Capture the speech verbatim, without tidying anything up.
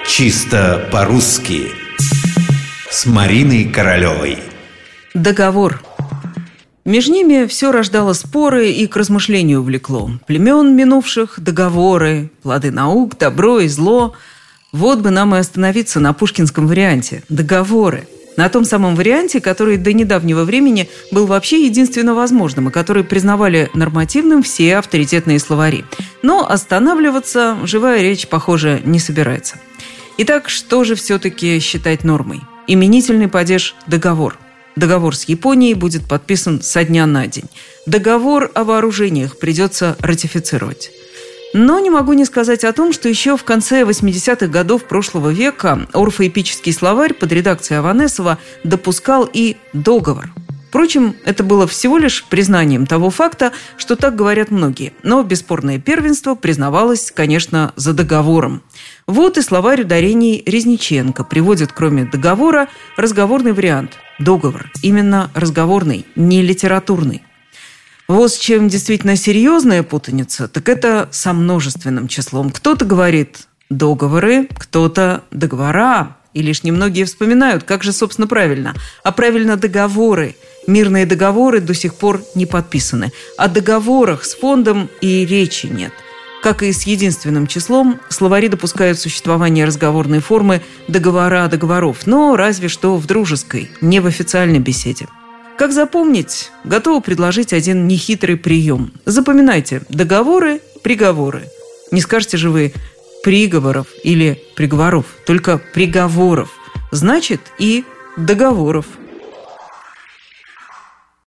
Чисто по-русски с Мариной Королевой. Договор. Меж ними все рождало споры и к размышлению влекло. Племен минувших договоры, плоды наук, добро и зло. Вот бы нам и остановиться на пушкинском варианте – договоры. На том самом варианте, который до недавнего времени был вообще единственно возможным и который признавали нормативным все авторитетные словари. Но останавливаться живая речь, похоже, не собирается. Итак, что же все-таки считать нормой? Именительный падеж – договор. Договор с Японией будет подписан со дня на день. Договор о вооружениях придется ратифицировать. Но не могу не сказать о том, что еще в конце восьмидесятых годов прошлого века орфоэпический словарь под редакцией Аванесова допускал и договор. Впрочем, это было всего лишь признанием того факта, что так говорят многие. Но бесспорное первенство признавалось, конечно, за договором. Вот и словарь ударений Резниченко приводит, кроме договора, разговорный вариант – договор. Именно разговорный, не литературный. Вот с чем действительно серьезная путаница, так это со множественным числом. Кто-то говорит «договоры», кто-то «договора». И лишь немногие вспоминают, как же, собственно, правильно. А правильно договоры. Мирные договоры до сих пор не подписаны. О договорах с фондом и речи нет. Как и с единственным числом, словари допускают существование разговорной формы договора договоров, но разве что в дружеской, не в официальной беседе. Как запомнить? Готова предложить один нехитрый прием. Запоминайте договоры, приговоры. Не скажете же вы приговоров или приговоров, только приговоров. Значит, и договоров.